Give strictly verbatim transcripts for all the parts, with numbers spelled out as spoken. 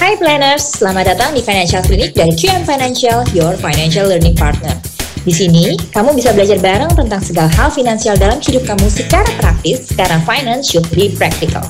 Hai planners, selamat datang di Financial Clinic dari Q M Financial, your financial learning partner. Di sini, kamu bisa belajar bareng tentang segala hal finansial dalam hidup kamu secara praktis, karena finance should be practical.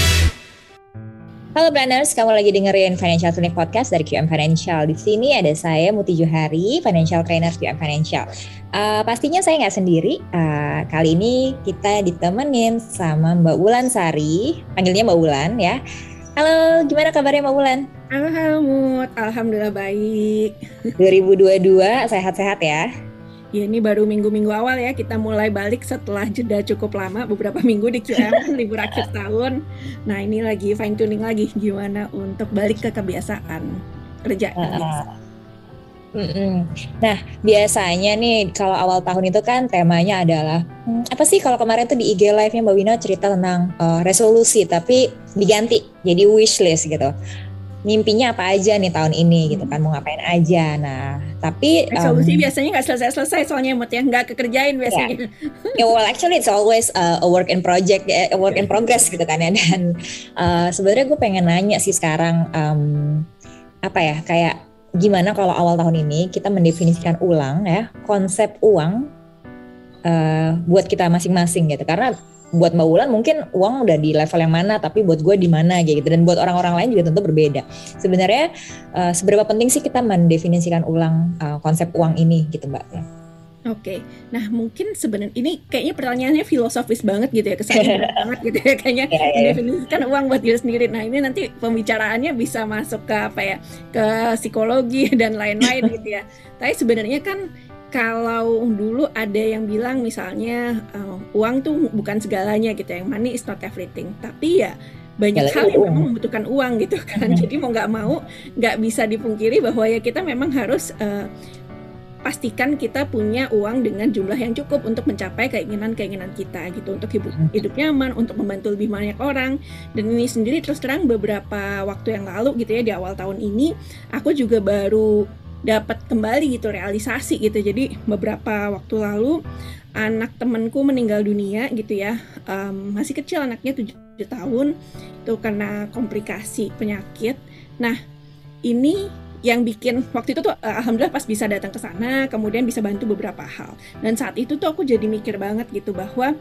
Halo planners, kamu lagi dengerin Financial Clinic Podcast dari Q M Financial. Di sini ada saya Muti Johari, Financial Trainer Q M Financial. Uh, pastinya saya nggak sendiri. Uh, kali ini kita ditemenin sama Mbak Wulan Sari, panggilnya Mbak Wulan ya. Halo, gimana kabarnya Mbak Wulan? Halo, halo Mut, alhamdulillah baik. dua ribu dua puluh dua sehat-sehat ya? Ya ini baru minggu-minggu awal ya, kita mulai balik setelah jeda cukup lama, beberapa minggu di Q M, libur akhir tahun. Nah ini lagi fine tuning lagi, gimana untuk balik ke kebiasaan kerja. Uh, Mm-mm. Nah biasanya nih kalau awal tahun itu kan temanya adalah hmm, apa sih, kalau kemarin tuh di I G live-nya Mbak Wina cerita tentang uh, resolusi tapi diganti jadi wish list gitu. Mimpinya apa aja nih tahun ini gitu kan, mau ngapain aja. Nah tapi resolusi um, biasanya nggak selesai-selesai soalnya Mut ya, nggak kekerjain biasanya. Yeah. Yeah, well actually it's always uh, a work in project, a work in progress gitu kan ya. Dan uh, sebenarnya gue pengen nanya sih sekarang um, apa ya, kayak gimana kalau awal tahun ini kita mendefinisikan ulang ya konsep uang uh, buat kita masing-masing gitu. Karena buat Mbak Wulan mungkin uang udah di level yang mana, tapi buat gue di mana gitu. Dan buat orang-orang lain juga tentu berbeda. Sebenarnya uh, seberapa penting sih kita mendefinisikan ulang uh, konsep uang ini gitu Mbak? Oke, nah mungkin sebenarnya ini kayaknya pertanyaannya filosofis banget gitu ya, kesannya banget gitu ya, kayaknya yeah, yeah. mendefinisikan uang buat diri sendiri. Nah ini nanti pembicaraannya bisa masuk ke apa ya, ke psikologi dan lain-lain gitu ya. Tapi sebenarnya kan kalau dulu ada yang bilang misalnya uh, uang tuh bukan segalanya gitu ya, money is not everything. Tapi ya banyak hal yang memang membutuhkan uang gitu kan. Mm-hmm. Jadi mau nggak mau nggak bisa dipungkiri bahwa ya kita memang harus uh, pastikan kita punya uang dengan jumlah yang cukup untuk mencapai keinginan-keinginan kita gitu, untuk hidup, hidup nyaman, untuk membantu lebih banyak orang. Dan ini sendiri terus terang beberapa waktu yang lalu gitu ya, di awal tahun ini aku juga baru dapat kembali gitu realisasi gitu. Jadi beberapa waktu lalu anak temanku meninggal dunia gitu ya, um, masih kecil anaknya tujuh tahun, itu karena komplikasi penyakit. Nah ini yang bikin waktu itu tuh uh, alhamdulillah pas bisa datang ke sana, kemudian bisa bantu beberapa hal. Dan saat itu tuh aku jadi mikir banget gitu bahwa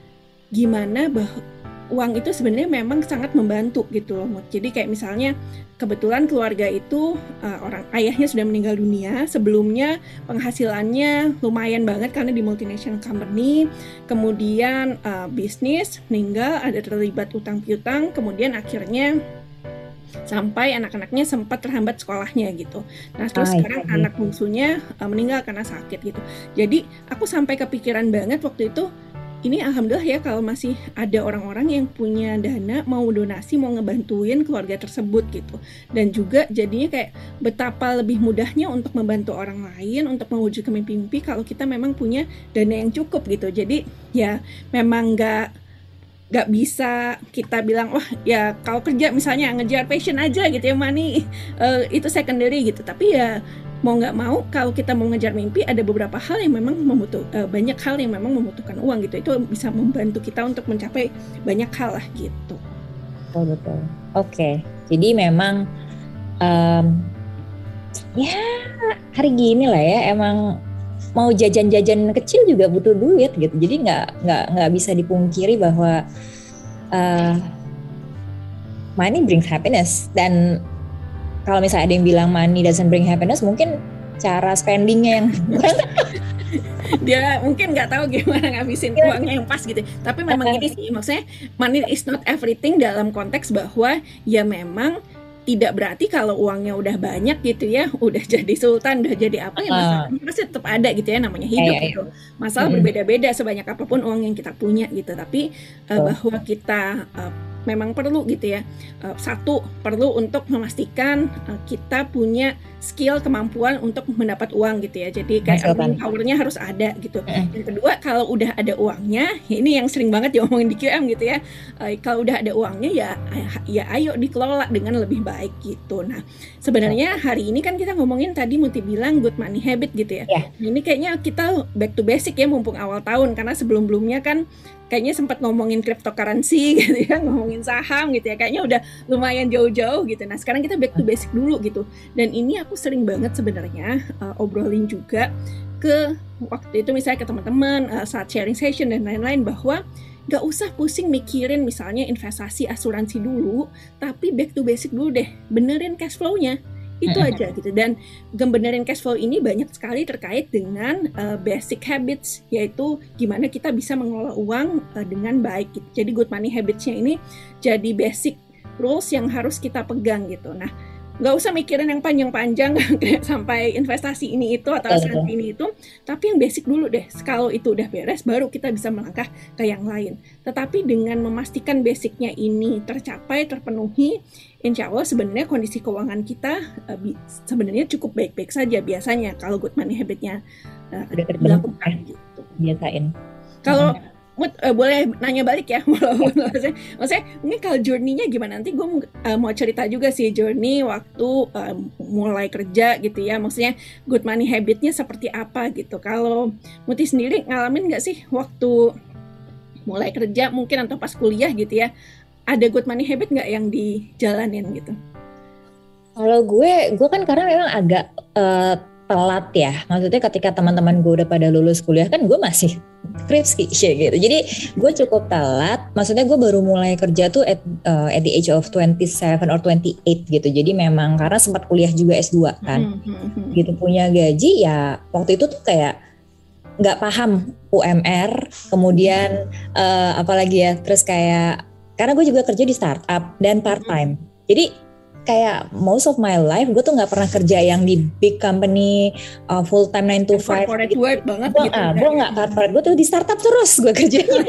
gimana bah- uang itu sebenarnya memang sangat membantu gitu loh. Jadi kayak misalnya kebetulan keluarga itu uh, orang ayahnya sudah meninggal dunia, sebelumnya penghasilannya lumayan banget karena di multinational company, kemudian uh, bisnis, meninggal, ada terlibat utang piutang, kemudian akhirnya sampai anak-anaknya sempat terhambat sekolahnya gitu. Nah terus Ay, sekarang ay. anak bungsunya uh, meninggal karena sakit gitu. Jadi aku sampai kepikiran banget waktu itu, ini alhamdulillah ya kalau masih ada orang-orang yang punya dana mau donasi, mau ngebantuin keluarga tersebut gitu. Dan juga jadinya kayak betapa lebih mudahnya untuk membantu orang lain, untuk mewujudkan mimpi-mimpi kalau kita memang punya dana yang cukup gitu. Jadi ya memang gak Gak bisa kita bilang wah ya kalau kerja misalnya ngejar passion aja gitu ya, money uh, itu secondary gitu. Tapi ya mau nggak mau kalau kita mau ngejar mimpi ada beberapa hal yang memang membutuh uh, banyak hal yang memang membutuhkan uang gitu. Itu bisa membantu kita untuk mencapai banyak hal lah gitu. Betul betul. Oke, okay. Jadi memang um, ya hari gini lah ya emang mau jajan-jajan kecil juga butuh duit gitu. Jadi nggak nggak nggak bisa dipungkiri bahwa uh, money brings happiness. Dan kalau misalnya ada yang bilang money doesn't bring happiness, mungkin cara spendingnya yang dia mungkin nggak tahu gimana ngabisin uangnya yang pas gitu. Tapi memang ini sih maksudnya money is not everything dalam konteks bahwa ya memang tidak berarti kalau uangnya udah banyak gitu ya, udah jadi sultan, udah jadi apa ya, masalahnya pasti tetap ada gitu ya, namanya hidup yeah, gitu. Masalah mm-hmm. berbeda-beda sebanyak apapun uang yang kita punya gitu. Tapi uh, oh. bahwa kita uh, memang perlu gitu ya, uh, satu perlu untuk memastikan uh, kita punya skill, kemampuan untuk mendapat uang gitu ya. Jadi kayak earning power-nya harus ada gitu. Mm-hmm. Yang kedua, kalau udah ada uangnya, ini yang sering banget diomongin di Q M gitu ya, uh, kalau udah ada uangnya ya ya ayo dikelola dengan lebih baik gitu. Nah sebenarnya hari ini kan kita ngomongin tadi Muti bilang good money habit gitu ya. Yeah. Ini kayaknya kita back to basic ya mumpung awal tahun, karena sebelum-belumnya kan kayaknya sempat ngomongin cryptocurrency gitu ya, ngomongin saham gitu ya, kayaknya udah lumayan jauh-jauh gitu. Nah sekarang kita back to basic dulu gitu. Dan ini aku sering banget sebenarnya uh, obrolin juga ke waktu itu misalnya ke teman-teman uh, saat sharing session dan lain-lain, bahwa gak usah pusing mikirin misalnya investasi asuransi dulu, tapi back to basic dulu deh, benerin cash flow-nya. Itu aja gitu. Dan benerin cash flow ini banyak sekali terkait dengan uh, basic habits, yaitu gimana kita bisa mengelola uang uh, dengan baik gitu. Jadi good money habits-nya ini jadi basic rules yang harus kita pegang gitu. Nah, nggak usah mikirin yang panjang-panjang sampai investasi ini itu atau asuransi ini itu, tapi yang basic dulu deh. Kalau itu udah beres, baru kita bisa melangkah ke yang lain. Tetapi dengan memastikan basicnya ini tercapai, terpenuhi, insya Allah sebenarnya kondisi keuangan kita uh, sebenarnya cukup baik-baik saja biasanya kalau good money habitnya uh, dilakukan gitu. Biasain. Kalau hmm. Mut, uh, boleh nanya balik ya, maksudnya, maksudnya mungkin kalau journey-nya gimana, nanti gue uh, mau cerita juga sih journey waktu uh, mulai kerja gitu ya, maksudnya good money habit-nya seperti apa gitu. Kalau Muti sendiri ngalamin nggak sih waktu mulai kerja mungkin atau pas kuliah gitu ya, ada good money habit nggak yang dijalanin gitu? Kalau gue, gue kan karena memang agak uh, telat ya, maksudnya ketika teman-teman gue udah pada lulus kuliah kan gue masih skripsi gitu, jadi gue cukup telat. Maksudnya gue baru mulai kerja tuh at, uh, at the age of twenty-seven or twenty-eight gitu, jadi memang karena sempat kuliah juga S dua kan, hmm. gitu, punya gaji ya waktu itu tuh kayak nggak paham U M R, kemudian uh, apalagi ya, terus kayak karena gue juga kerja di startup dan part time, jadi kayak most of my life gue tuh nggak pernah kerja yang di big company uh, full time nine to five corporate gitu. Work banget gua, gitu. Ah, gue nggak corporate, gue tuh di startup terus gue kerjanya.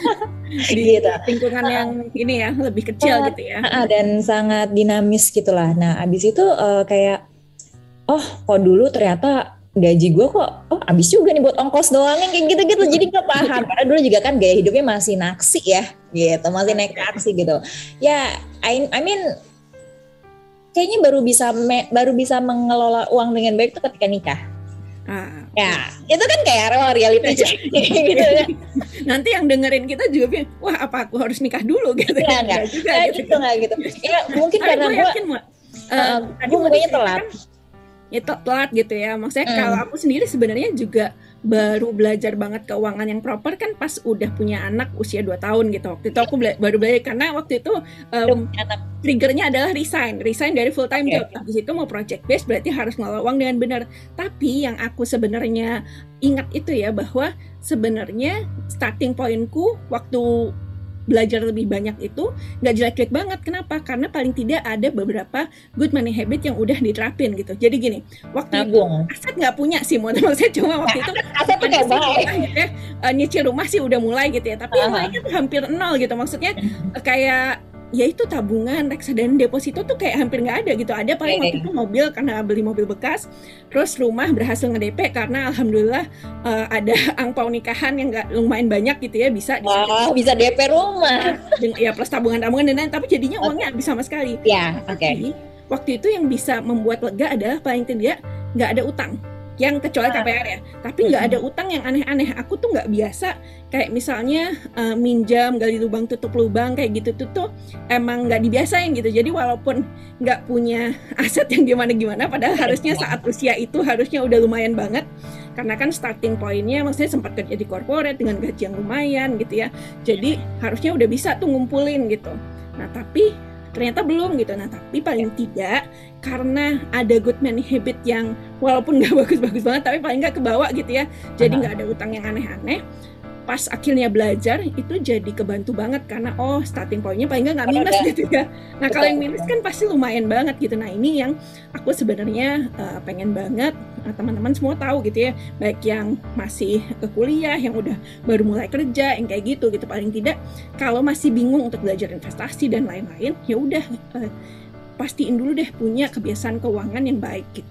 Di gitu. Lingkungan uh, yang ini ya lebih kecil uh, gitu ya. Uh, dan sangat dinamis gitulah. Nah abis itu uh, kayak oh kok dulu ternyata gaji gue kok oh abis juga nih buat ongkos doang yang kayak gitu-gitu, jadi gak paham karena dulu juga kan gaya hidupnya masih naksi ya gitu, masih naik taksi gitu ya. I, I mean kayaknya baru bisa me, baru bisa mengelola uang dengan baik itu ketika nikah. Ah, ya, itu kan kayak reality check gitu ya. Nanti yang dengerin kita juga bilang, wah apa aku harus nikah dulu gitu ya? Enggak, juga ya, gitu, enggak gitu. Ya mungkin karena gue yakin, gue uh, gue mungkin telat. Ya telat gitu ya. Maksudnya mm. kalau aku sendiri sebenarnya juga baru belajar banget keuangan yang proper kan pas udah punya anak usia dua tahun gitu. Waktu itu aku bela- baru belajar karena waktu itu um, triggernya adalah resign, resign dari full time okay. job. Habis itu mau project based berarti harus ngelola uang dengan benar. Tapi yang aku sebenarnya ingat itu ya bahwa sebenarnya starting pointku waktu belajar lebih banyak itu nggak jelek-jelek banget. Kenapa? Karena paling tidak ada beberapa good money habit yang udah diterapin gitu. Jadi gini, waktu Nabung. itu aset nggak punya sih, maksudnya cuma waktu itu aset tuh kayak rumah, gitu ya, uh, nyicil rumah sih udah mulai gitu ya. Tapi uh-huh. yang lainnya tuh hampir nol gitu. Maksudnya uh, kayak ya itu tabungan, reksadana, deposito tuh kayak hampir nggak ada gitu. Ada paling waktu itu mobil karena beli mobil bekas, terus rumah berhasil nge-D P karena alhamdulillah uh, ada angpau nikahan yang nggak lumayan banyak gitu ya, bisa oh, bisa D P rumah. Ya plus tabungan-tabungan dan lain, tapi jadinya uangnya habis sama sekali. Ya, oke. Okay. Waktu itu yang bisa membuat lega adalah paling tidak nggak ada utang. Yang kecuali K P R ya, tapi nggak ada utang yang aneh-aneh. Aku tuh nggak biasa kayak misalnya uh, minjam, gali lubang tutup lubang kayak gitu tuh tuh emang nggak dibiasain gitu. Jadi walaupun nggak punya aset yang gimana-gimana, padahal harusnya saat usia itu harusnya udah lumayan banget. Karena kan starting point-nya maksudnya sempat kerja di corporate dengan gaji yang lumayan gitu ya. Jadi harusnya udah bisa tuh ngumpulin gitu. Nah tapi ternyata belum gitu. Nah tapi paling tidak karena ada good money habit yang walaupun nggak bagus-bagus banget tapi paling nggak kebawa gitu ya, jadi nggak ada utang yang aneh-aneh. Pas akhirnya belajar itu jadi kebantu banget karena oh starting point-nya paling nggak nggak minus gitu ya. Nah kalau yang minus kan pasti lumayan banget gitu. Nah ini yang aku sebenarnya uh, pengen banget uh, teman-teman semua tahu gitu ya, baik yang masih ke kuliah, yang udah baru mulai kerja, yang kayak gitu gitu. Paling tidak kalau masih bingung untuk belajar investasi dan lain-lain, ya udah uh, pastiin dulu deh punya kebiasaan keuangan yang baik gitu.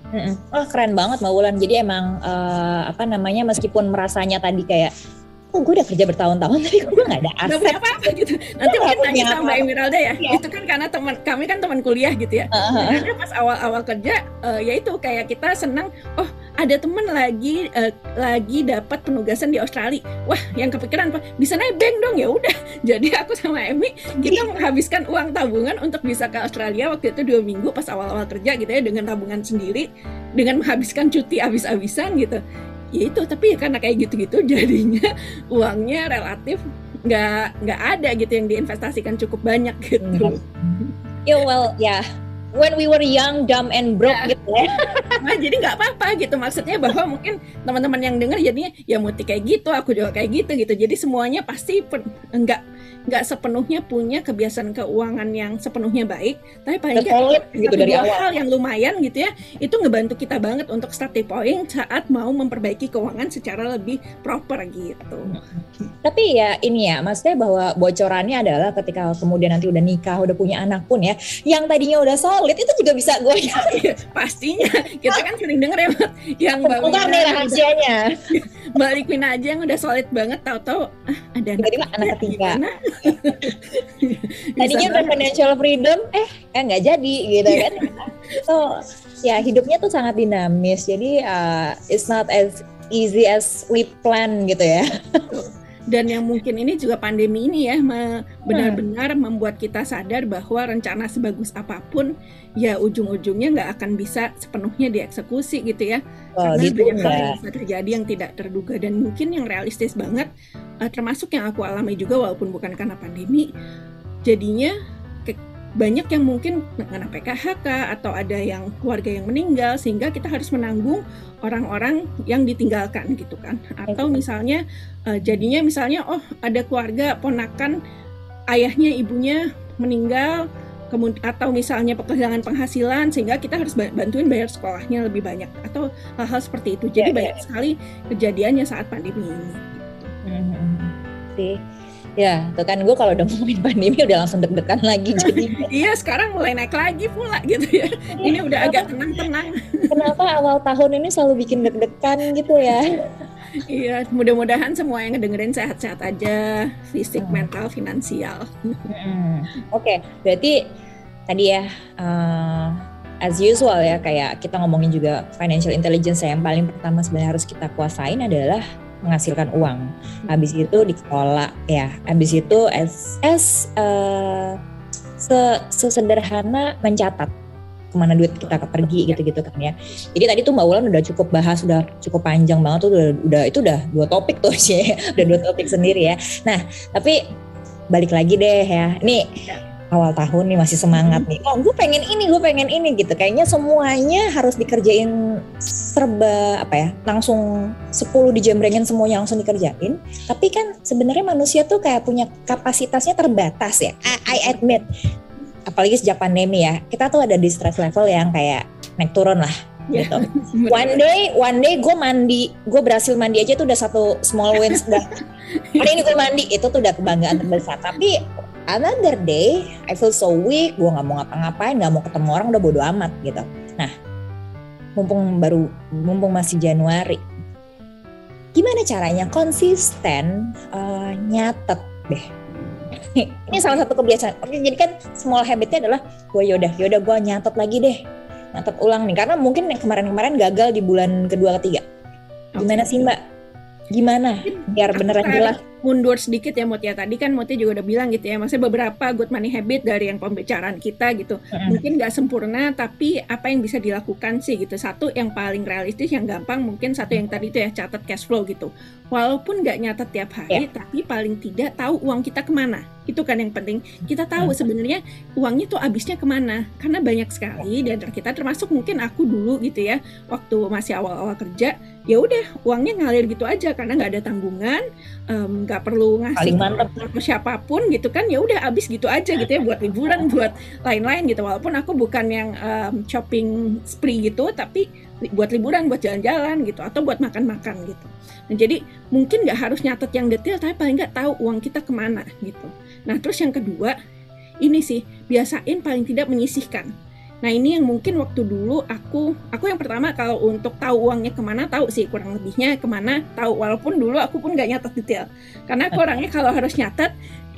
Oh keren banget Mbak Wulan. Jadi emang uh, apa namanya meskipun merasanya tadi kayak oh gue udah kerja bertahun-tahun tapi gue nggak ada aset. Gak punya apa-apa gitu. Nanti gua mungkin tanya sama Mbak Emeralda ya. Ya. Itu kan karena teman kami kan teman kuliah gitu ya. Uh-huh. Karena pas awal-awal kerja uh, ya itu kayak kita senang. Oh ada temen lagi uh, lagi dapat penugasan di Australia. Wah, yang kepikiran apa? Bisa nebeng dong, ya udah. Jadi aku sama Emi kita menghabiskan uang tabungan untuk bisa ke Australia waktu itu dua minggu pas awal-awal kerja gitu ya, dengan tabungan sendiri, dengan menghabiskan cuti habis-habisan gitu. Ya itu, tapi ya karena kayak gitu-gitu jadinya uangnya relatif nggak nggak ada gitu yang diinvestasikan cukup banyak gitu. Ya yeah, well ya. Yeah. When we were young, dumb and broke ya. Gitu ya. Nah, jadi nggak apa-apa gitu, maksudnya bahwa mungkin teman-teman yang dengar jadinya ya Muti kayak gitu, aku juga kayak gitu gitu. Jadi semuanya pasti per, enggak nggak sepenuhnya punya kebiasaan keuangan yang sepenuhnya baik, tapi paling nggak gitu dari awal hal yang lumayan gitu ya, itu ngebantu kita banget untuk starting point saat mau memperbaiki keuangan secara lebih proper gitu. Tapi ya ini ya, maksudnya bahwa bocorannya adalah ketika kemudian nanti udah nikah, udah punya anak pun ya, yang tadinya udah solid itu juga bisa goyang. Pastinya, kita kan sering denger ya, yang bongkar nih rahasianya. Mbak Liquina aja yang udah solid banget, tahu-tahu ah, ada anak, anak ketiga. Tadinya udah financial freedom, eh eh nggak jadi gitu kan. So ya hidupnya tuh sangat dinamis, jadi uh, it's not as easy as we plan gitu ya. Dan yang mungkin ini juga pandemi ini ya benar-benar membuat kita sadar bahwa rencana sebagus apapun ya ujung-ujungnya nggak akan bisa sepenuhnya dieksekusi gitu ya. Oh, karena gitu banyak hal enggak. yang bisa terjadi yang tidak terduga, dan mungkin yang realistis banget uh, termasuk yang aku alami juga walaupun bukan karena pandemi, jadinya banyak yang mungkin kena P K H K atau ada yang keluarga yang meninggal sehingga kita harus menanggung orang-orang yang ditinggalkan gitu kan. Atau misalnya uh, jadinya misalnya oh ada keluarga ponakan ayahnya ibunya meninggal, kemudian atau misalnya kehilangan penghasilan sehingga kita harus bantuin bayar sekolahnya lebih banyak atau hal-hal seperti itu. Jadi yeah, banyak yeah. sekali kejadiannya saat pandemi ini. Mm-hmm. Sih. Ya, tuh kan gue kalau udah ngomongin pandemi udah langsung deg-degan lagi jadi. Iya, sekarang mulai naik lagi pula gitu ya. Ini udah agak tenang-tenang. Kenapa awal tahun ini selalu bikin deg-degan gitu ya? Iya, mudah-mudahan semua yang ngedengerin sehat-sehat aja, fisik, hmm. mental, finansial. Hmm. Oke, okay, berarti tadi ya uh, as usual ya, kayak kita ngomongin juga financial intelligence ya, yang paling pertama sebenarnya harus kita kuasain adalah menghasilkan uang. Habis itu dikelola ya. Habis itu as, as uh, sesederhana mencatat kemana duit kita pergi gitu-gitu kan ya. Jadi tadi tuh Mbak Wulan udah cukup bahas, udah cukup panjang banget tuh, udah, udah itu udah dua topik tuh sih, udah dua topik sendiri ya. Nah tapi balik lagi deh ya. Nih awal tahun nih masih semangat nih. Oh gue pengen ini, gue pengen ini gitu. Kayaknya semuanya harus dikerjain serba apa ya, langsung sepuluh dijembrengin semuanya langsung dikerjain. Tapi kan sebenarnya manusia tuh kayak punya kapasitasnya terbatas ya. I, I admit. Apalagi sejak pandemi ya, kita tuh ada di stress level yang kayak naik turun lah gitu. One day, one day gue mandi, gue berhasil mandi aja tuh udah satu small wins dah. Hari ini gue mandi, itu tuh udah kebanggaan terbesar. Tapi another day, I feel so weak, gue nggak mau ngapa-ngapain, nggak mau ketemu orang, udah bodo amat gitu. Nah, mumpung baru, mumpung masih Januari, gimana caranya konsisten uh, nyatet deh. Ini salah satu kebiasaan. Oke, jadi kan small habitnya adalah gue yaudah, yaudah gue nyatet lagi deh, nyatet ulang nih. Karena mungkin yang kemarin-kemarin gagal di bulan kedua ketiga. Gimana sih Mbak? Gimana biar beneran jelas? Mundur sedikit ya Mut ya, tadi kan Mutnya juga udah bilang gitu ya, maksudnya beberapa good money habit dari yang pembicaraan kita gitu, mm-hmm. mungkin gak sempurna tapi apa yang bisa dilakukan sih gitu. Satu yang paling realistis, yang gampang mungkin satu yang tadi itu ya, catat cash flow gitu, walaupun gak nyatet tiap hari yeah. tapi paling tidak tahu uang kita kemana. Itu kan yang penting, kita tahu sebenarnya uangnya tuh habisnya kemana, karena banyak sekali dan kita termasuk mungkin aku dulu gitu ya, waktu masih awal-awal kerja ya udah uangnya ngalir gitu aja karena nggak ada tanggungan, um, nggak perlu ngasih ke siapapun gitu kan, ya udah habis gitu aja gitu ya, buat liburan, buat lain-lain gitu. Walaupun aku bukan yang um, shopping spree gitu, tapi buat liburan, buat jalan-jalan gitu, atau buat makan-makan gitu. Nah, jadi mungkin nggak harus nyatet yang detail, tapi paling nggak tahu uang kita kemana gitu. Nah terus yang kedua ini sih, biasain paling tidak menyisihkan. Nah ini yang mungkin waktu dulu aku, aku yang pertama kalau untuk tahu uangnya kemana, tahu sih kurang lebihnya kemana, tahu, walaupun dulu aku pun gak nyatet detail. Karena aku orangnya kalau harus nyatet,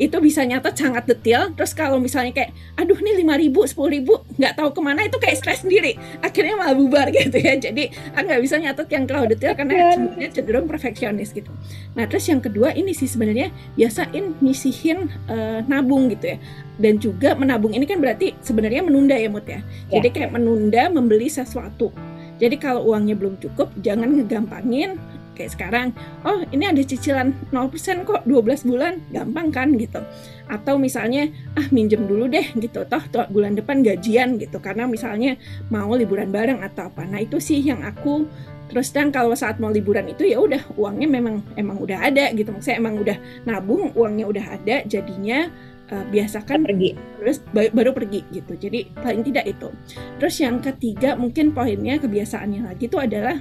itu bisa nyatet sangat detail. Terus kalau misalnya kayak aduh nih lima ribu, sepuluh ribu nggak tahu kemana, itu kayak stres sendiri, akhirnya malah bubar gitu ya. Jadi aku nggak bisa nyatet yang terlalu detail karena sebenarnya cenderung perfeksionis gitu. Nah terus yang kedua ini sih sebenarnya biasain nyisihin uh, nabung gitu ya. Dan juga menabung ini kan berarti sebenarnya menunda ya Mut ya. Jadi kayak menunda membeli sesuatu. Jadi kalau uangnya belum cukup, jangan ngegampangin kayak sekarang, oh ini ada cicilan nol persen kok dua belas bulan, gampang kan gitu. Atau misalnya, ah minjem dulu deh gitu, toh, toh bulan depan gajian gitu, karena misalnya mau liburan bareng atau apa. Nah itu sih yang aku terus dan kalau saat mau liburan itu ya udah uangnya memang emang udah ada gitu. Maksudnya emang udah nabung, uangnya udah ada, jadinya Uh, biasakan pergi terus baru pergi gitu. Jadi paling tidak itu. Terus yang ketiga mungkin poinnya kebiasaannya lagi itu adalah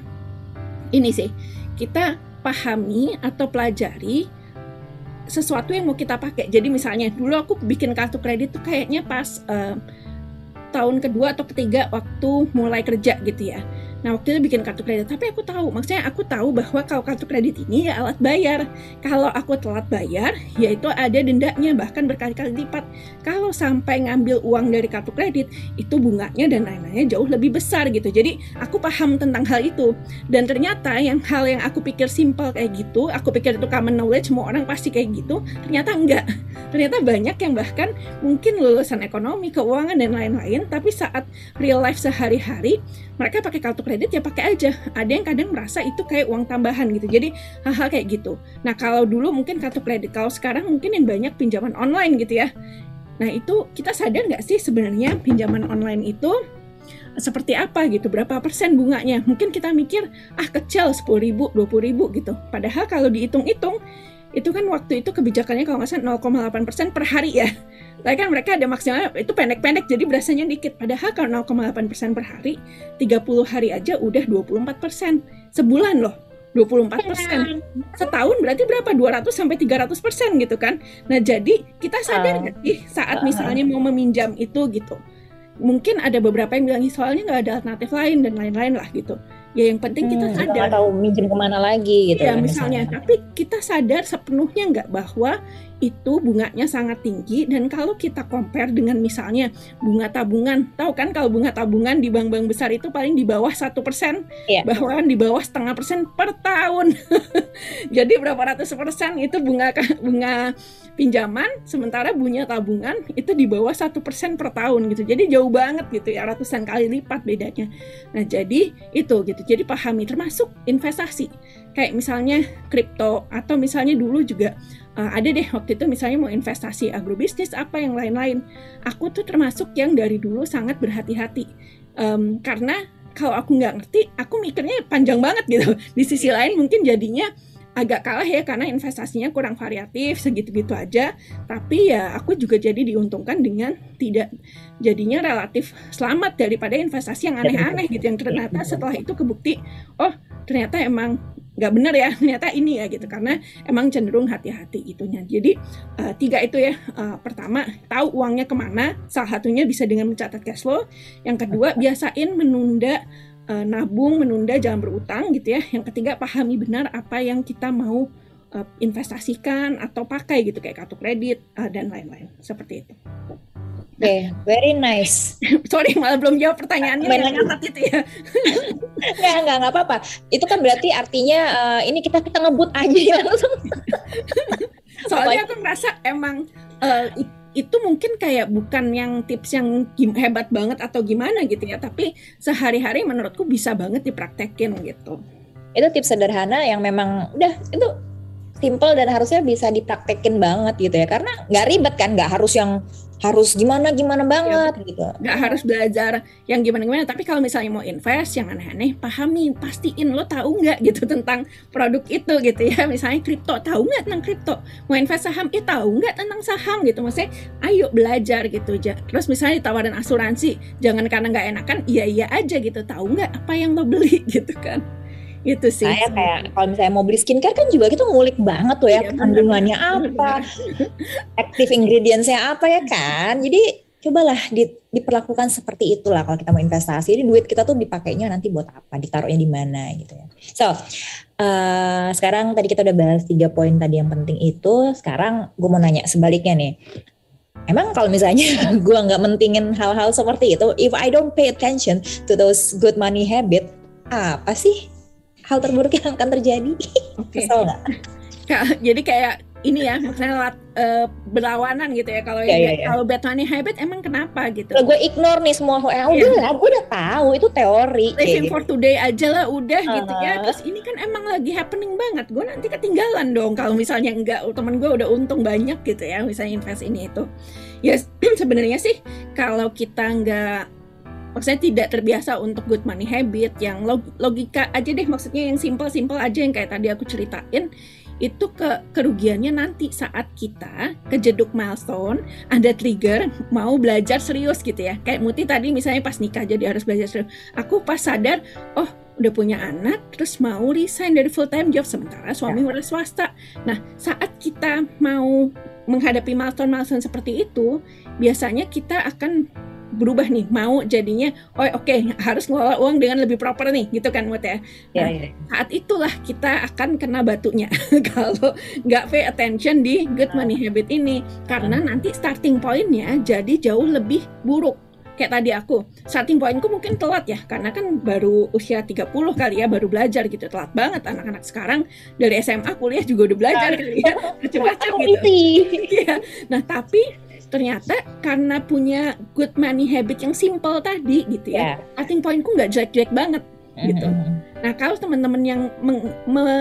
ini sih, kita pahami atau pelajari sesuatu yang mau kita pakai. Jadi misalnya dulu aku bikin kartu kredit tuh kayaknya pas uh, tahun kedua atau ketiga waktu mulai kerja gitu ya. Nah waktu itu bikin kartu kredit, tapi aku tahu, maksudnya aku tahu bahwa kalau kartu kredit ini ya alat bayar. Kalau aku telat bayar, ya itu ada dendanya, bahkan berkali-kali lipat. Kalau sampai ngambil uang dari kartu kredit, itu bunganya dan lain-lainnya jauh lebih besar gitu. Jadi aku paham tentang hal itu. Dan ternyata yang hal yang aku pikir simple kayak gitu, aku pikir itu common knowledge, semua orang pasti kayak gitu, ternyata enggak. Ternyata banyak yang bahkan mungkin lulusan ekonomi, keuangan dan lain-lain, tapi saat real life sehari-hari, mereka pakai kartu kredit ya pakai aja. Ada yang kadang merasa itu kayak uang tambahan gitu. Jadi hal-hal kayak gitu. Nah kalau dulu mungkin kartu kredit, kalau sekarang mungkin yang banyak pinjaman online gitu ya. Nah itu kita sadar nggak sih sebenarnya pinjaman online itu seperti apa gitu, berapa persen bunganya. Mungkin kita mikir ah kecil sepuluh ribu, dua puluh ribu gitu. Padahal kalau dihitung-hitung itu kan waktu itu kebijakannya kalau nggak salah nol koma delapan persen per hari ya. Tapi kan mereka ada maksimalnya itu pendek-pendek jadi berasanya dikit. Padahal kalau nol koma delapan persen per hari, tiga puluh hari aja udah dua puluh empat persen. Sebulan loh, dua puluh empat persen. Setahun berarti berapa? dua ratus sampai tiga ratus persen gitu kan. Nah jadi kita sadar nggak sih saat misalnya mau meminjam itu gitu. Mungkin ada beberapa yang bilang soalnya nggak ada alternatif lain dan lain-lain lah gitu. Ya yang penting kita hmm, sadar. Nggak tahu minjem kemana lagi gitu. Ya kan, misalnya, misalnya, tapi kita sadar sepenuhnya nggak bahwa itu bunganya sangat tinggi. Dan kalau kita compare dengan misalnya bunga tabungan, tahu kan kalau bunga tabungan di bank-bank besar itu paling di bawah satu persen, ya. Bahkan di bawah setengah persen per tahun. Jadi berapa ratus persen itu bunga bunga pinjaman, sementara bunga tabungan itu di bawah satu persen per tahun gitu. Jadi jauh banget gitu ya, ratusan kali lipat bedanya. Nah jadi itu gitu. Jadi pahami termasuk investasi kayak misalnya kripto atau misalnya dulu juga uh, ada deh waktu itu misalnya mau investasi agrobisnis apa yang lain-lain. Aku tuh termasuk yang dari dulu sangat berhati-hati um, karena kalau aku nggak ngerti aku mikirnya panjang banget gitu. Di sisi lain mungkin jadinya agak kalah ya karena investasinya kurang variatif segitu-gitu aja, tapi ya aku juga jadi diuntungkan dengan tidak jadinya relatif selamat daripada investasi yang aneh-aneh gitu yang ternyata setelah itu kebukti oh ternyata emang nggak benar ya, ternyata ini ya gitu karena emang cenderung hati-hati itunya. Jadi uh, tiga itu ya, uh, pertama tahu uangnya kemana, salah satunya bisa dengan mencatat cash flow, yang kedua biasain menunda Uh, nabung, menunda, jangan berutang gitu ya. Yang ketiga pahami benar apa yang kita mau uh, investasikan atau pakai gitu kayak kartu kredit uh, dan lain-lain seperti itu. Oke, okay, very nice. Sorry malah belum jawab pertanyaannya yang catat itu ya. Nggak, nggak, nggak apa-apa. Itu kan berarti artinya uh, ini kita kita ngebut aja langsung. Soalnya aku merasa emang uh, itu mungkin kayak bukan yang tips yang hebat banget atau gimana gitu ya, tapi sehari-hari menurutku bisa banget dipraktekin gitu. Itu tips sederhana yang memang udah itu simple dan harusnya bisa dipraktekin banget gitu ya, karena nggak ribet kan, nggak harus yang harus gimana-gimana banget ya, gitu. Nggak harus belajar yang gimana-gimana, tapi kalau misalnya mau invest yang aneh-aneh, pahami, pastiin lo tahu nggak gitu tentang produk itu gitu ya. Misalnya kripto, tahu nggak tentang kripto? Mau invest saham, eh tahu nggak tentang saham gitu. Maksudnya ayo belajar gitu. Terus misalnya tawaran asuransi, jangan karena nggak enakan, iya-iya aja gitu. Tahu nggak apa yang lo beli gitu kan. Itu sih. Saya kayak kalau misalnya mau beli skincare kan juga kita ngulik banget tuh ya, iya, kandungannya apa, active ingredients-nya apa ya kan. Jadi cobalah di, diperlakukan seperti itulah kalau kita mau investasi. Jadi duit kita tuh dipakainya nanti buat apa, ditaruhnya di mana gitu ya. So, uh, sekarang tadi kita udah bahas tiga poin tadi yang penting itu. Sekarang gue mau nanya sebaliknya nih. Emang kalau misalnya gue nggak mentingin hal-hal seperti itu, if I don't pay attention to those good money habit, apa sih hal terburuk yang akan terjadi? Oke. Kesel nggak? Jadi kayak ini ya, maksudnya lewat uh, berlawanan gitu ya. Kalau yeah, yeah, yeah. kalau bad money habit emang kenapa gitu? Kalau gue ignore nih semua, ya udah yeah. lah, gue udah tahu itu teori. Living for gitu. today aja lah, udah uh. gitu ya. Uh-huh. Terus ini kan emang lagi happening banget. Gue nanti ketinggalan dong kalau misalnya enggak, temen gue udah untung banyak gitu ya, misalnya invest ini itu. Ya sebenarnya sih kalau kita nggak, maksudnya tidak terbiasa untuk good money habit yang log- logika aja deh, maksudnya yang simple-simple aja yang kayak tadi aku ceritain, itu ke kerugiannya nanti saat kita kejeduk milestone, ada trigger mau belajar serius gitu ya. Kayak Muti tadi misalnya pas nikah jadi harus belajar serius. Aku pas sadar, oh udah punya anak, terus mau resign dari full time job sementara suami udah swasta. Nah saat kita mau menghadapi milestone-milestone seperti itu, biasanya kita akan berubah nih, mau jadinya oh oke okay, harus ngelola uang dengan lebih proper nih gitu kan Mut ya. Nah, yeah, yeah. Saat itulah kita akan kena batunya kalau nggak pay attention di good money habit ini, karena nanti starting point-nya jadi jauh lebih buruk. Kayak tadi aku, starting point-ku mungkin telat ya, karena kan baru usia tiga puluh kali ya, baru belajar gitu, telat banget. Anak-anak sekarang dari S M A kuliah juga udah belajar kali ya, baca-baca gitu. Ya. Nah tapi ternyata karena punya good money habit yang simple tadi gitu ya, yeah. starting pointku nggak jelek-jelek banget gitu. Mm-hmm. Nah kalau teman-teman yang men-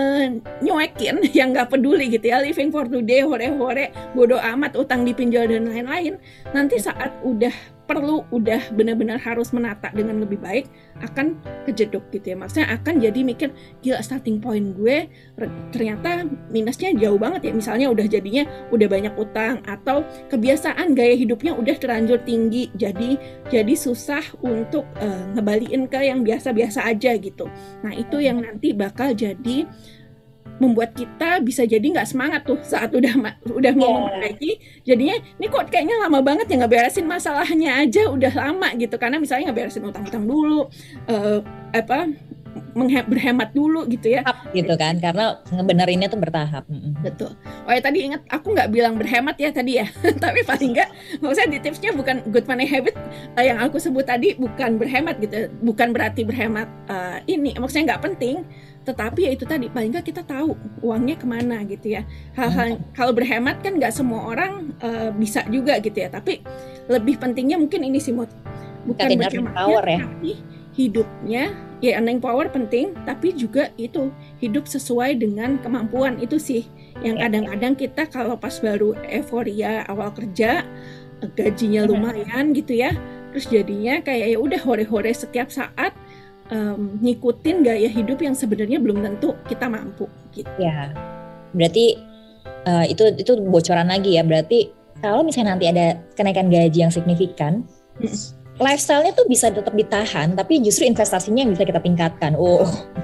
menyuekin, yang nggak peduli gitu ya, living for today, hore-hore, bodo amat, utang dipinjol dan lain-lain, nanti saat udah perlu, udah benar-benar harus menata dengan lebih baik, akan kejeduk gitu ya. Maksudnya akan jadi mikir, gila starting point gue ternyata minusnya jauh banget ya. Misalnya udah jadinya udah banyak utang, atau kebiasaan gaya hidupnya udah terlanjur tinggi, jadi jadi susah untuk uh, ngebalikin ke yang biasa-biasa aja gitu. Nah itu yang nanti bakal jadi membuat kita bisa jadi nggak semangat tuh saat udah udah mau yeah. memperbaiki. Jadinya ini kok kayaknya lama banget ya, nggak beresin masalahnya aja udah lama gitu, karena misalnya nggak beresin utang-utang dulu, uh, apa menghe- berhemat dulu gitu ya, gitu kan, karena ngebenerinnya tuh bertahap. Betul. Oh ya tadi ingat aku nggak bilang berhemat ya tadi ya, tapi paling nggak, maksudnya di tipsnya bukan good money habit uh, yang aku sebut tadi bukan berhemat gitu, bukan berarti berhemat uh, ini maksudnya nggak penting. Tetapi ya itu tadi, paling nggak kita tahu uangnya kemana gitu ya. Hal-hal hmm. kalau berhemat kan nggak semua orang uh, bisa juga gitu ya. Tapi lebih pentingnya mungkin ini sih, Mut. Bukan berhematnya, ya. Tapi hidupnya, ya earning power penting, tapi juga itu hidup sesuai dengan kemampuan itu sih. Yang kadang-kadang kita kalau pas baru euforia awal kerja, gajinya lumayan gitu ya. Terus jadinya kayak ya udah hore-hore setiap saat. Um, ngikutin gaya hidup yang sebenarnya belum tentu kita mampu gitu. Ya, berarti uh, itu itu bocoran lagi ya. Berarti kalau misalnya nanti ada kenaikan gaji yang signifikan, hmm. lifestyle-nya tuh bisa tetap ditahan, tapi justru investasinya yang bisa kita tingkatkan. Oh,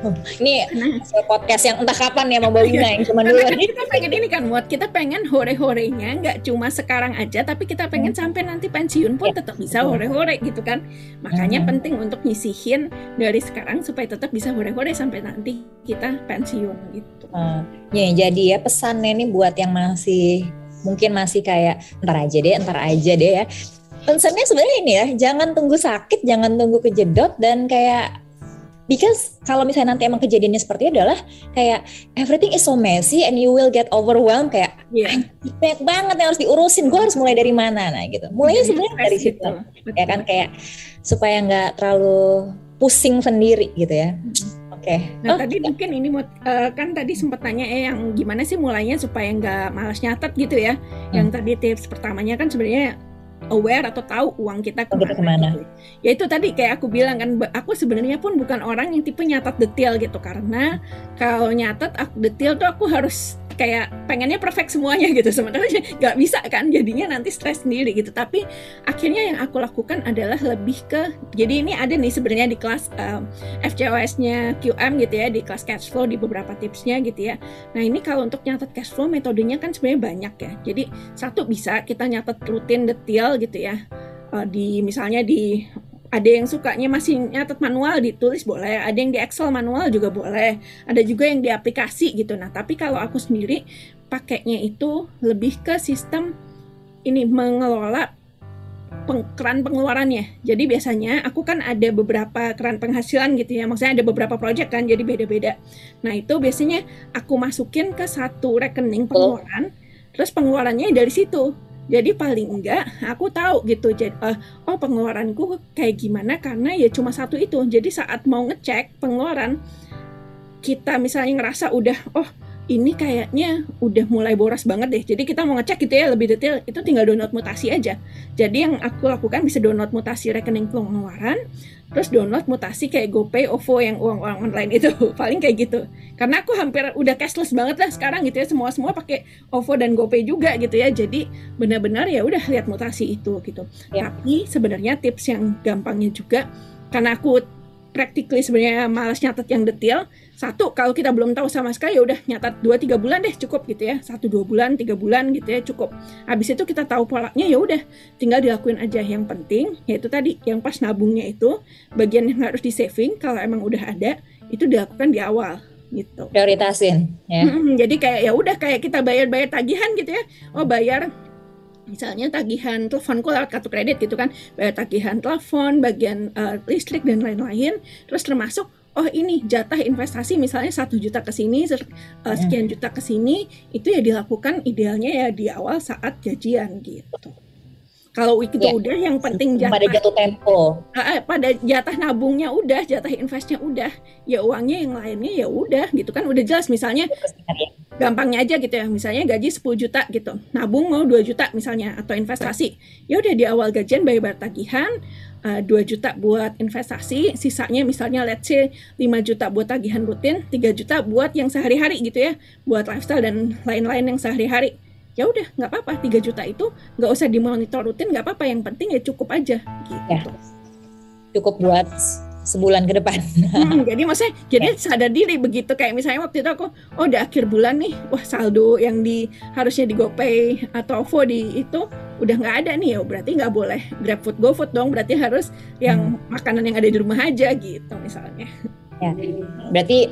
ini podcast yang entah kapan ya Mbak Wina yang cuma dulu. Kan kita pengen ini kan, Mut, kita pengen hore-horenya nggak cuma sekarang aja, tapi kita pengen hmm. sampai nanti pensiun pun ya. Tetap bisa hore-hore gitu kan. Makanya hmm. penting untuk nyisihin dari sekarang supaya tetap bisa hore-hore sampai nanti kita pensiun gitu. Hmm. Ya, jadi ya pesannya nih buat yang masih mungkin masih kayak entar aja deh, entar aja deh ya. Concernnya sebenarnya ini ya, jangan tunggu sakit, jangan tunggu kejedot, dan kayak because kalau misalnya nanti emang kejadiannya seperti itu adalah kayak everything is so messy and you will get overwhelmed, kayak yeah. banyak banget yang harus diurusin, gue harus mulai dari mana, nah gitu. Mulainya sebenarnya dari situ, gitu. Ya kan, kayak supaya nggak terlalu pusing sendiri gitu ya. Oke. Okay. Nah oh, tadi ya. Mungkin ini uh, kan tadi sempat tanya eh yang gimana sih mulainya supaya nggak malas nyatet gitu ya. Hmm. Yang tadi tips pertamanya kan sebenarnya aware atau tahu uang kita kemana, kemana. Gitu. Ya itu tadi kayak aku bilang kan, aku sebenarnya pun bukan orang yang tipe nyatat detail gitu, karena kalau nyatat aku detail tuh aku harus kayak pengennya perfect semuanya gitu, sementara nggak bisa kan, jadinya nanti stres sendiri gitu. Tapi akhirnya yang aku lakukan adalah lebih ke, jadi ini ada nih sebenarnya di kelas um, F C O S-nya Q M gitu ya, di kelas cash flow di beberapa tipsnya gitu ya. Nah ini kalau untuk nyatat cash flow metodenya kan sebenarnya banyak ya. Jadi satu bisa kita nyatat rutin detail gitu ya. uh, di misalnya di ada yang sukanya masih nyatet manual, ditulis boleh, ada yang di Excel manual juga boleh, ada juga yang di aplikasi gitu. Nah, tapi kalau aku sendiri pakainya itu lebih ke sistem ini mengelola peng, keran pengeluarannya. Jadi biasanya aku kan ada beberapa keran penghasilan gitu ya, maksudnya ada beberapa project kan, jadi beda-beda. Nah, itu biasanya aku masukin ke satu rekening pengeluaran, terus pengeluarannya dari situ. Jadi paling enggak aku tahu gitu, jadi uh, oh pengeluaranku kayak gimana karena ya cuma satu itu. Jadi saat mau ngecek pengeluaran, kita misalnya ngerasa udah oh ini kayaknya udah mulai boros banget deh. Jadi kita mau ngecek gitu ya lebih detail, itu tinggal download mutasi aja. Jadi yang aku lakukan bisa download mutasi rekening pengeluaran, terus download mutasi kayak GoPay, OVO yang uang-uang online itu. Paling kayak gitu. Karena aku hampir udah cashless banget lah sekarang gitu ya, semua-semua pakai OVO dan GoPay juga gitu ya. Jadi benar-benar ya udah lihat mutasi itu gitu. Ya. Tapi sebenarnya tips yang gampangnya juga, karena aku practically sebenarnya malas nyatet yang detail. Satu, kalau kita belum tahu sama sekali ya udah nyatat dua tiga bulan deh cukup gitu ya. satu dua bulan, tiga bulan gitu ya cukup. Habis itu kita tahu polanya ya udah tinggal dilakuin aja. Yang penting yaitu tadi yang pas nabungnya itu bagian yang harus di saving kalau emang udah ada itu dilakukan di awal gitu. Prioritasin ya. Hmm, jadi kayak ya udah kayak kita bayar-bayar tagihan gitu ya. Oh, bayar misalnya tagihan teleponku lewat kartu kredit gitu kan, bayar tagihan telepon, bagian uh, listrik dan lain-lain, terus termasuk oh ini jatah investasi misalnya satu juta ke sini, uh, sekian juta ke sini, itu ya dilakukan idealnya ya di awal saat gajian gitu. Kalau itu ya, udah yang penting jatah pada jatuh tempo. Uh, pada jatah nabungnya udah, jatah investnya udah, ya uangnya yang lainnya ya udah gitu kan, udah jelas misalnya. Gampangnya aja gitu ya, misalnya gaji sepuluh juta gitu, nabung mau dua juta misalnya atau investasi, ya udah di awal gajian bayar tagihan uh, dua juta buat investasi, sisanya misalnya let's say lima juta buat tagihan rutin, tiga juta buat yang sehari-hari gitu ya, buat lifestyle dan lain-lain yang sehari-hari. Ya udah nggak apa-apa, tiga juta itu nggak usah dimonitor rutin, nggak apa-apa, yang penting ya cukup aja gitu. Ya, cukup buat sebulan ke depan. Hmm, jadi maksudnya jadi sadar diri begitu, kayak misalnya waktu itu aku oh udah akhir bulan nih, wah saldo yang di harusnya di GoPay atau OVO di itu udah nggak ada nih, ya berarti nggak boleh GrabFood, GoFood dong, berarti harus yang hmm. makanan yang ada di rumah aja gitu misalnya. Ya, berarti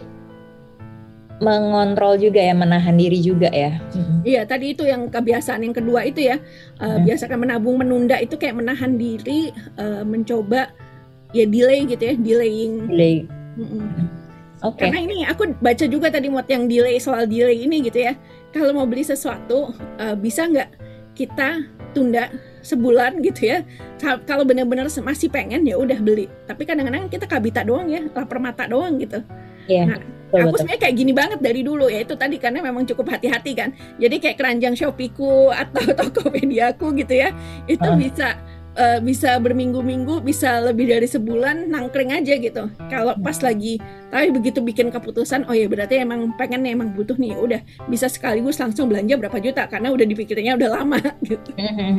mengontrol juga ya, menahan diri juga ya. Iya, hmm. tadi itu yang kebiasaan yang kedua itu ya, uh, hmm. biasakan menabung, menunda itu kayak menahan diri, uh, mencoba ya delay gitu ya, delaying. Delay. Oke. Okay. Karena ini aku baca juga tadi muat yang delay, soal delay ini gitu ya. Kalau mau beli sesuatu uh, bisa nggak kita tunda sebulan gitu ya. Kalau benar-benar masih pengen ya udah beli. Tapi kadang-kadang kita kabita doang ya, lapar mata doang gitu. Iya. Yeah. Nah, aku sebenarnya kayak gini banget dari dulu ya, itu tadi karena memang cukup hati-hati kan. Jadi kayak keranjang Shopee-ku atau Tokopedia-ku gitu ya, itu uh. bisa Uh, bisa berminggu-minggu, bisa lebih dari sebulan nangkring aja gitu. Kalau pas lagi, tapi begitu bikin keputusan, oh ya berarti emang pengen nih, emang butuh nih, udah bisa sekaligus langsung belanja berapa juta karena udah dipikirnya udah lama gitu.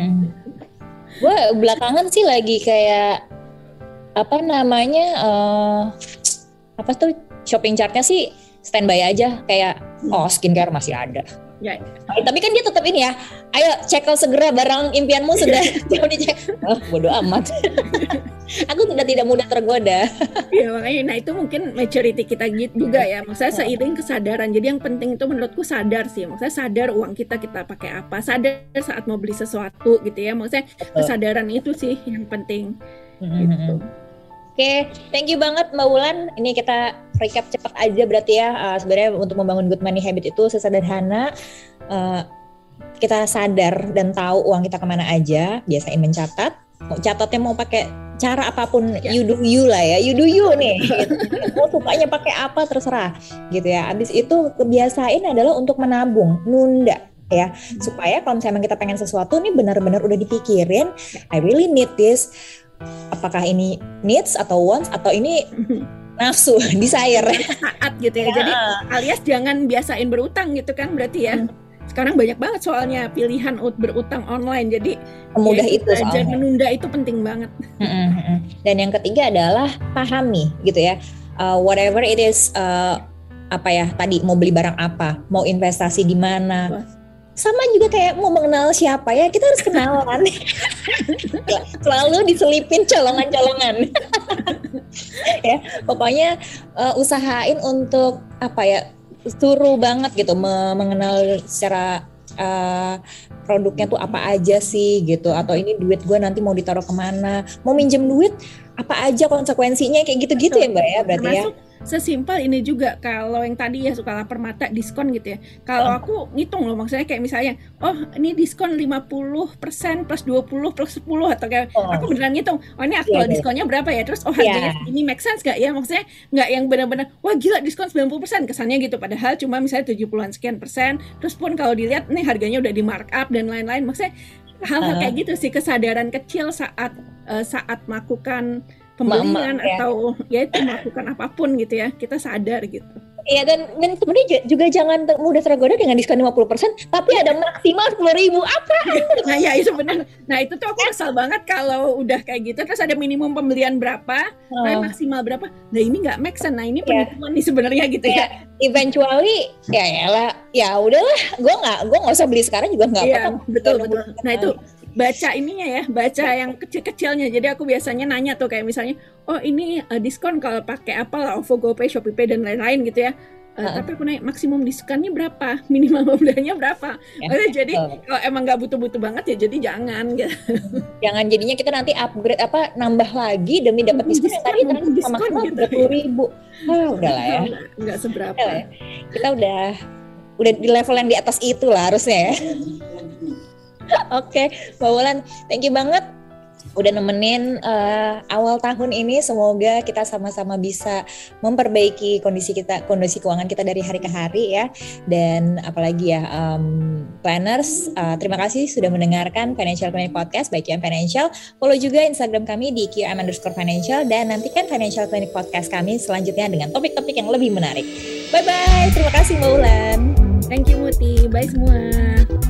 Gue belakangan sih lagi kayak apa namanya, uh, apa tuh shopping chartnya sih standby aja, kayak oh skincare masih ada. Ya, ya. Tapi kan dia tetap ini ya, ayo cekel segera barang impianmu sudah jauh dicek. Oh, bodo amat. Aku sudah tidak mudah tergoda. Iya makanya, nah itu mungkin maturity kita juga ya. Maksudnya seiring kesadaran. Jadi yang penting itu menurutku sadar sih. Maksudnya sadar uang kita kita pakai apa. Sadar saat mau beli sesuatu gitu ya. Maksudnya kesadaran itu sih yang penting. Gitu. Oke, okay, thank you banget Mbak Wulan. Ini kita recap cepat aja berarti ya. Uh, sebenarnya untuk membangun good money habit itu sesederhana uh, kita sadar dan tahu uang kita kemana aja. Biasain mencatat. Mau catatnya mau pakai cara apapun, ya. you do you lah ya. You do you nih. Mau sukanya pakai apa terserah gitu ya. Abis itu kebiasain adalah untuk menabung, nunda ya, supaya kalau misalnya kita pengen sesuatu nih benar-benar udah dipikirin. I really need this. Apakah ini needs atau wants atau ini nafsu, desire saat gitu ya. Ya. Jadi alias jangan biasain berutang gitu kan berarti ya. Hmm. Sekarang banyak banget soalnya pilihan berutang online. Jadi mudah ya, itu soalnya. Menunda itu penting banget. Dan yang ketiga adalah pahami gitu ya. Uh, whatever it is, uh, apa ya tadi mau beli barang apa, mau investasi di mana. Wah. sama juga kayak mau mengenal siapa ya, kita harus kenalan. Selalu diselipin colongan-colongan. Ya, pokoknya uh, usahain untuk apa ya, suruh banget gitu mengenal secara uh, produknya tuh apa aja sih gitu, atau ini duit gue nanti mau ditaruh kemana, mau minjem duit apa aja konsekuensinya, kayak gitu-gitu ya Mbak ya berarti. Termasuk ya sesimpel ini juga, kalau yang tadi ya suka lapar mata diskon gitu ya, kalau oh. aku ngitung loh, maksudnya kayak misalnya oh ini diskon lima puluh persen plus dua puluh plus sepuluh, atau kayak oh. aku beneran ngitung oh ini aktual yeah, diskonnya yeah. berapa ya, terus oh harganya yeah. ini make sense gak ya, maksudnya gak yang benar-benar wah gila diskon sembilan puluh persen kesannya gitu, padahal cuma misalnya tujuh puluhan sekian persen, terus pun kalau dilihat nih harganya udah di markup dan lain-lain, maksudnya hal-hal uh. kayak gitu sih, kesadaran kecil saat uh, saat melakukan pembelian Mama, atau ya. ya itu melakukan apapun gitu ya, kita sadar gitu. Iya, dan, dan sebenarnya juga jangan mudah tergoda dengan diskon lima puluh persen, tapi ada maksimal sepuluh ribu apa? Nah ya itu benar. Nah itu tuh aku kesal banget kalau udah kayak gitu, terus ada minimum pembelian berapa, oh. nah maksimal berapa, nah ini nggak make sense, nah ini penipuan yeah. nih sebenarnya gitu ya. ya. Eventually ya lah, ya udahlah, gue nggak gue nggak usah beli sekarang juga nggak yeah, apa-apa. Betul betul. Nah itu baca ininya ya, baca yang kecil-kecilnya. Jadi aku biasanya nanya tuh kayak misalnya, oh ini uh, diskon kalau pakai apa lah, OVO, GoPay, ShopeePay dan lain-lain gitu ya. Uh, uh. Tapi aku nanya maksimum diskonnya berapa, minimal pembeliannya berapa. Ya, oh, jadi uh. kalau emang nggak butuh-butuh banget ya jadi jangan. Gitu. Jangan jadinya kita nanti upgrade apa nambah lagi demi dapat diskon, diskon yang tadi ternyata sama maksimal tiga puluh ribu. Ah udahlah ya. Nggak seberapa. Ya. Kita udah udah di level yang di atas itu lah harusnya ya. Oke, Mbak Wulan, thank you banget udah nemenin uh, awal tahun ini. Semoga kita sama-sama bisa memperbaiki kondisi kita, kondisi keuangan kita dari hari ke hari ya. Dan apalagi ya um, planners, uh, terima kasih sudah mendengarkan Financial Clinic Podcast by Q M Financial. Follow juga Instagram kami di Q M underscore financial, dan nantikan Financial Clinic Podcast kami selanjutnya dengan topik-topik yang lebih menarik. Bye bye, terima kasih Mbak Wulan. Thank you Muti, bye semua.